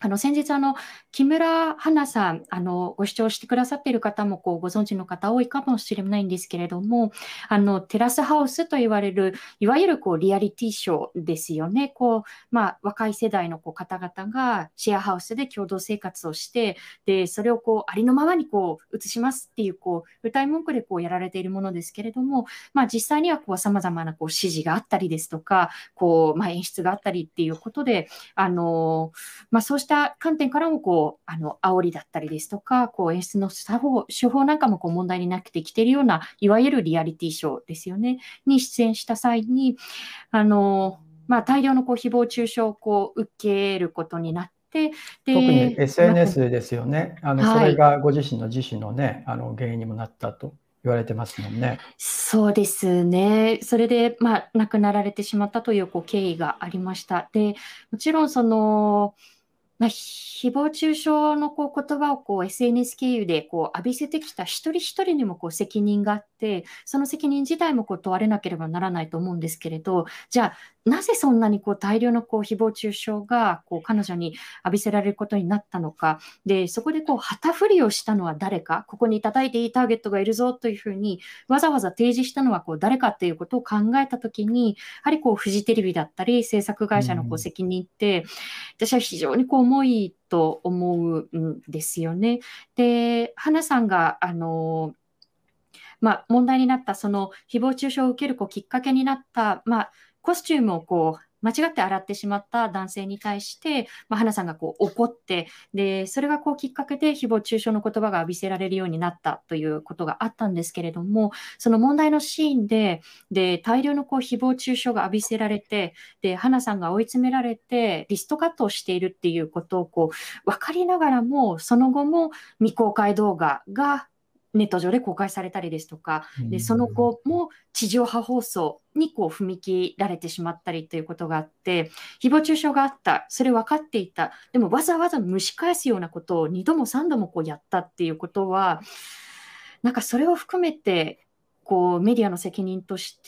先日木村花さん、ご視聴してくださっている方もご存知の方多いかもしれないんですけれども、テラスハウスと言われる、いわゆるリアリティショーですよね。若い世代の方々がシェアハウスで共同生活をして、で、それをありのままに映しますっていう、歌い文句でやられているものですけれども、実際には様々な指示があったりですとか、演出があったりっていうことで、そうした観点からも煽りだったりですとか、演出の手法なんかも問題になってきているような、いわゆるリアリティショーですよね、に出演した際に、大量の誹謗中傷を受けることになって、 特にで、 SNS ですよね。そはい。 れがご自身の自死のね、原因にもなったと言われてますもんね。 そうですね。それで、亡くなられてしまったという、経緯がありました。で、もちろん、誹謗中傷の言葉をSNS 経由で浴びせてきた一人一人にも責任があって、その責任自体も問われなければならないと思うんですけれど、じゃあ、なぜそんなに大量の誹謗中傷が彼女に浴びせられることになったのか。で、そこで旗振りをしたのは誰か、ここに叩いていいターゲットがいるぞというふうにわざわざ提示したのは誰かっていうことを考えたときに、やはりフジテレビだったり制作会社の責任って、私は非常に重いと思うんですよね。で、花さんが、問題になったその誹謗中傷を受けるきっかけになった、コスチュームを間違って洗ってしまった男性に対して、花さんが怒って、で、それがきっかけで誹謗中傷の言葉が浴びせられるようになったということがあったんですけれども、その問題のシーンで、大量の誹謗中傷が浴びせられて、で、花さんが追い詰められて、リストカットをしているっていうことを分かりながらも、その後も未公開動画がネット上で公開されたりですとか、で、その後も地上波放送に踏み切られてしまったりということがあって、誹謗中傷があった、それ分かっていた、でもわざわざ蒸し返すようなことを2度も3度もやったっていうことは、なんかそれを含めて、メディアの責任として、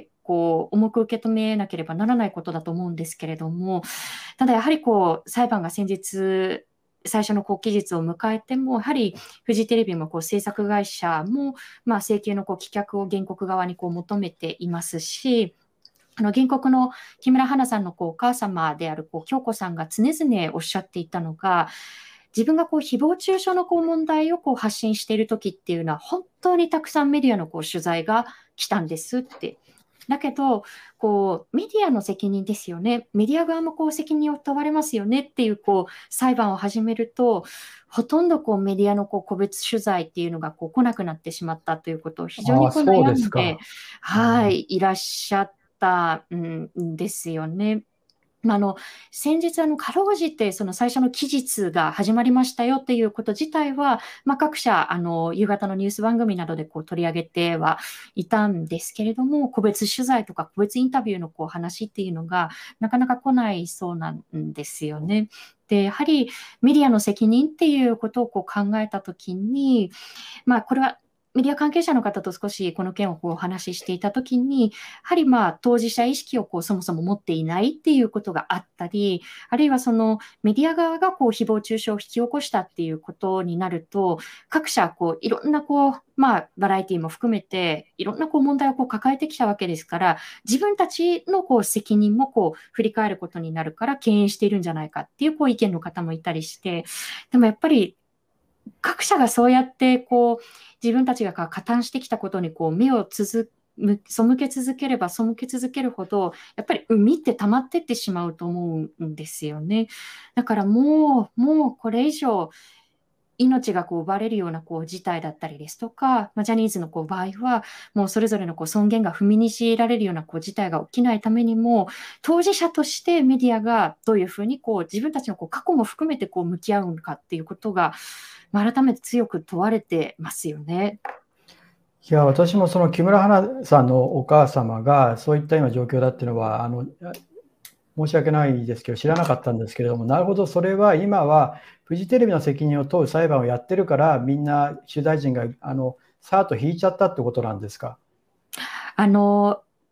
重く受け止めなければならないことだと思うんですけれども、ただやはり裁判が先日、最初の期日を迎えても、やはりフジテレビも制作会社も、請求の棄却を原告側に求めていますし、原告の木村花さんのお母様である京子さんが常々おっしゃっていたのが、自分が誹謗中傷の問題を発信している時っていうのは、本当にたくさんメディアの取材が来たんですって。だけど、メディアの責任ですよね。メディア側も責任を問われますよねっていう、裁判を始めると、ほとんどメディアの個別取材っていうのが来なくなってしまったということを非常ああ、 にそうで悩んで、 すか。 はい、いらっしゃったんですよね。先日かろうじてその最初の期日が始まりましたよっていうこと自体は、各社夕方のニュース番組などで取り上げてはいたんですけれども、個別取材とか個別インタビューの話っていうのがなかなか来ないそうなんですよね。で、やはりメディアの責任っていうことを考えたときに、これはメディア関係者の方と少しこの件をお話ししていたときに、やはり当事者意識をそもそも持っていないっていうことがあったり、あるいはそのメディア側が誹謗中傷を引き起こしたっていうことになると、各社いろんなバラエティも含めていろんな問題を抱えてきたわけですから、自分たちの責任も振り返ることになるから敬遠しているんじゃないかっていう意見の方もいたりして、でもやっぱり各社がそうやって自分たちが加担してきたことに目を背け続ければ背け続けるほど、やっぱり海って溜まってってしまうと思うんですよね。だからもうこれ以上命が奪われるような事態だったりですとか、ジャニーズの場合は、もうそれぞれの尊厳が踏みにじられるような事態が起きないためにも、当事者としてメディアがどういうふうに自分たちの過去も含めて向き合うのかっていうことが、改めて強く問われてますよね。 いや、私もその木村花さんのお母様がそういった今状況だっていうのは、申し訳ないですけど、知らなかったんですけれども、なるほど、それは今はフジテレビの責任を問う裁判をやってるから、みんな取材陣がさーっと引いちゃったってことなんですか。 あの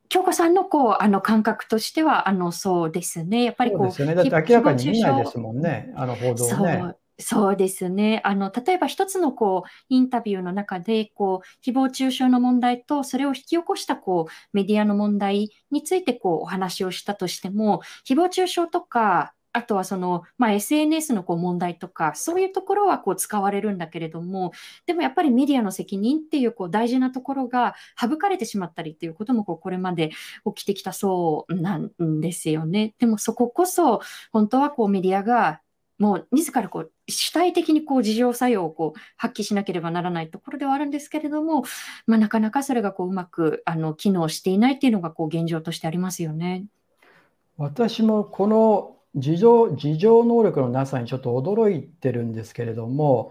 京子さんの感覚としては、そうですね。やっぱりそうですよね。だって明らか誹謗に見ないです中傷、 もんね、あの報道をね。 そうですね。例えば一つのインタビューの中で、誹謗中傷の問題と、それを引き起こしたメディアの問題についてお話をしたとしても、誹謗中傷とか、あとはSNS の問題とか、そういうところは使われるんだけれども、でもやっぱりメディアの責任っていう大事なところが省かれてしまったりっていうこともこれまで起きてきたそうなんですよね。でもそここそ本当はメディアがもう自ら主体的に自浄作用を発揮しなければならないところではあるんですけれども、なかなかそれがうまく機能していないっていうのが現状としてありますよね。 私もこの自浄能力のなさにちょっと驚いてるんですけれども、 うん。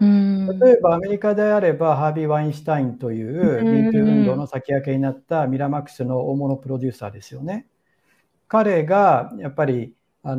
例えばアメリカであれば、ハービー・ワインスタインというう MeToo 運動のん。 先駆けになったミラマックスの大物プロデューサーですよね。彼がやっぱり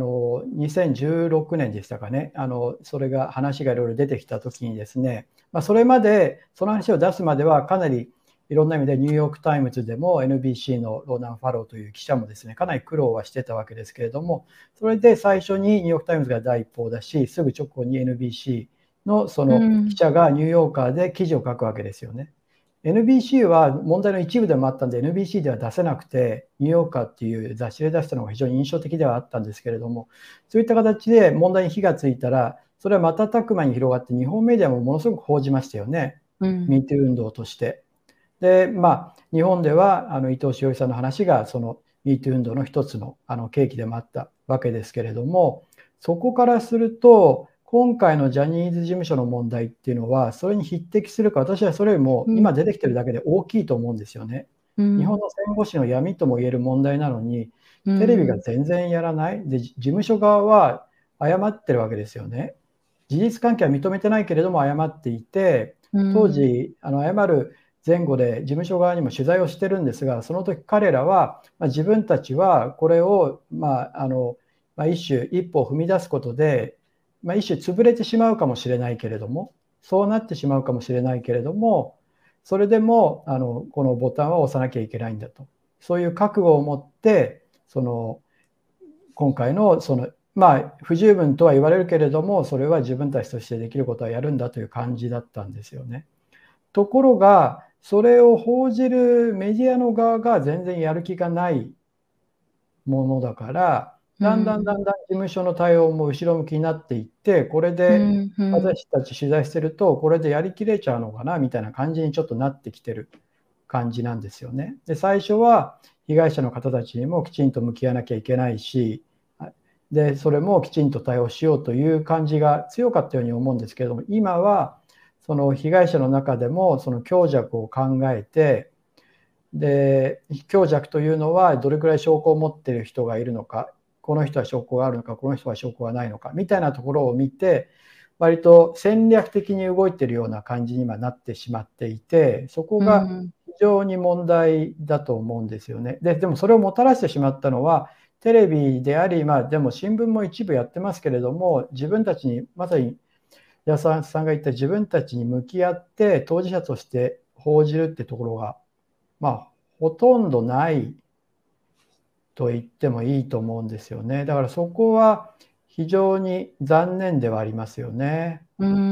2016年でしたかね、それが話がいろいろ出てきたときにですね、それまで、その話を出すまではかなりいろんな意味でニューヨーク・タイムズでも NBC のローナン・ファローという記者もですね、かなり苦労はしてたわけですけれども、それで最初にニューヨーク・タイムズが第一報を出し、すぐ直後に NBC のその記者がニューヨーカーで記事を書くわけですよね。NBC は問題の一部でもあったんで NBC では出せなくてニューヨーカーっていう雑誌で出したのが非常に印象的ではあったんですけれども、そういった形で問題に火がついたらそれは瞬く間に広がって日本メディアもものすごく報じましたよね、 うん。 MeToo 運動として。で、日本では伊藤詩織さんの話がその MeToo 運動の一つの契機でもあったわけですけれども、そこからすると今回のジャニーズ事務所の問題っていうのはそれに匹敵するか、私はそれよりも今出てきてるだけで大きいと思うんですよね。日本の戦後史の闇とも言える問題なのにテレビが全然やらないで、事務所側は謝ってるわけですよね。事実関係は認めてないけれども謝っていて、当時謝る前後で事務所側にも取材をしてるんですが、その時彼らは、自分たちはこれを、一種一歩を踏み出すことで、一種潰れてしまうかもしれないけれども、そうなってしまうかもしれないけれども、それでもこのボタンは押さなきゃいけないんだと、そういう覚悟を持って今回の不十分とは言われるけれども、それは自分たちとしてできることはやるんだという感じだったんですよね。ところが、それを報じるメディアの側が全然やる気がないものだから、だんだんだんだん事務所の対応も後ろ向きになっていって、これで私たち取材してると、これでやりきれちゃうのかなみたいな感じにちょっとなってきてる感じなんですよね。で、最初は被害者の方たちにもきちんと向き合わなきゃいけないし、で、それもきちんと対応しようという感じが強かったように思うんですけれども、今はその被害者の中でもその強弱を考えて、で、強弱というのはどれくらい証拠を持っている人がいるのか、この人は証拠があるのか、この人は証拠がないのかみたいなところを見て、割と戦略的に動いているような感じに今なってしまっていて、そこが非常に問題だと思うんですよね。でもそれをもたらしてしまったのはテレビであり、でも新聞も一部やってますけれども、自分たちにまさに安田さんが言った自分たちに向き合って当事者として報じるってところがほとんどないと言ってもいいと思うんですよね。だからそこは非常に残念ではありますよね。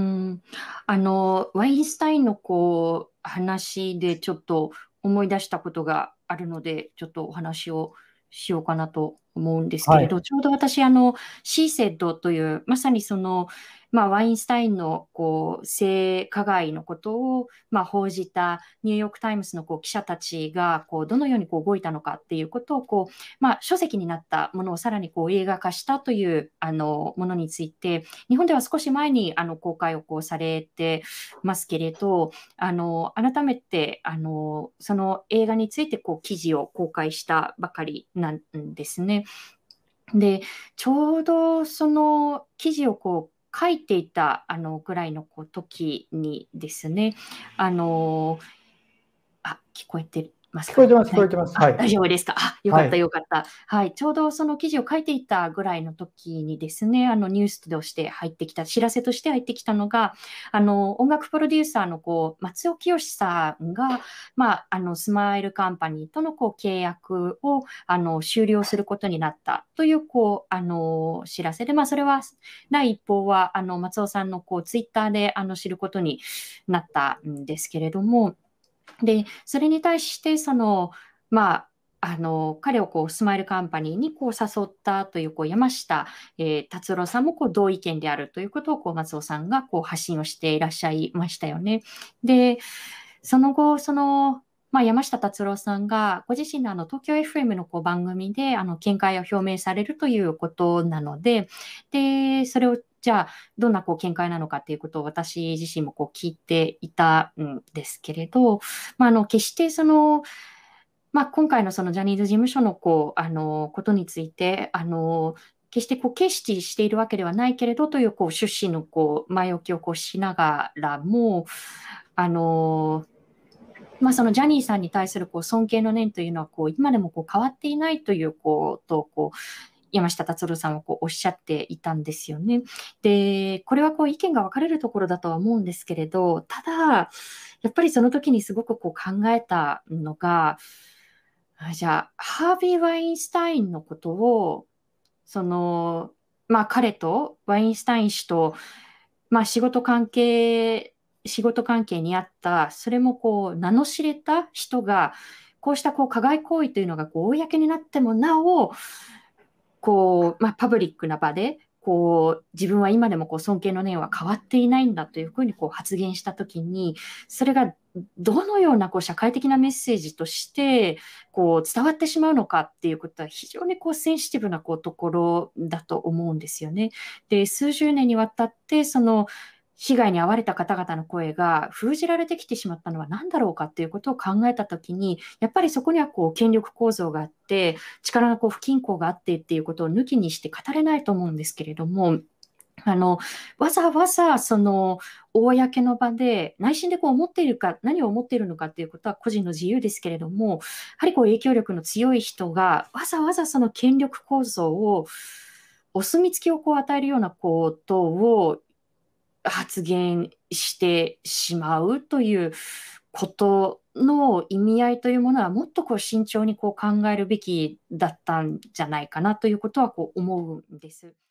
ワインスタインの話でちょっと思い出したことがあるので、ちょっとお話をしようかなと思うんですけはい。 れど、ちょうど私、シーセッドという、まさにワインスタインの性加害のことを、報じたニューヨーク・タイムズの記者たちがどのように動いたのかっていうことを書籍になったものをさらに映画化したというものについて、日本では少し前に公開をされてますけれど、改めてその映画について記事を公開したばかりなんですね。で、ちょうどその記事を書いていたぐらいの時にですね、聞こえてる。 ますか？ 聞こえてます、聞はい。 こえてます。は大い。 丈夫ですか？よかった、 はい。 よかった。はい。ちょうどその記事を書いていたぐらいの時にですね、ニュースとして入ってきた、知らせとして入ってきたのが、音楽プロデューサーの松尾清さんが、スマイルカンパニーとの契約を終了することになったという、知らせで、それは第一報は松尾さんのツイッターで知ることになったんですけれども、で、それに対して、ま彼をスマイルカンパニーに誘ったという、山下、達郎さんも同意見であるということを松尾さんが発信をしていらっしゃいましたよね。で、その後、山下達郎さんがご自身の東京 FM の番組で見解を表明されるということなので、それをじゃあどんな見解なのかということを私自身も聞いていたんですけれど、決して今回のそのジャニーズ事務所のことについて、決して軽視しているわけではないけれどという趣旨の前置きをしながらも、そのジャニーさんに対する尊敬の念というのは今でも変わっていないということを山下達郎さんはおっしゃっていたんですよね。で、これは意見が分かれるところだとは思うんですけれど、ただ、やっぱりその時にすごく考えたのが、じゃあ、ハービー・ワインスタインのことを、その、彼とワインスタイン氏と、まあ、仕事関係にあった、それも名の知れた人が、こうした加害行為というのが公になってもなお、パブリックな場で、自分は今でも尊敬の念は変わっていないんだというふうに発言したときに、それがどのような社会的なメッセージとして伝わってしまうのかっていうことは非常にセンシティブなところだと思うんですよね。で、数十年にわたってその被害に遭われた方々の声が封じられてきてしまったのは何だろうかっていうことを考えたときに、やっぱりそこには権力構造があって、力が不均衡があってっていうことを抜きにして語れないと思うんですけれども、わざわざ公の場で内心で思っているか、何を思っているのかっていうことは個人の自由ですけれども、やはり影響力の強い人がわざわざその権力構造をお墨付きを与えるようなことを発言してしまうということの意味合いというものはもっと慎重に考えるべきだったんじゃないかなということは思うんです。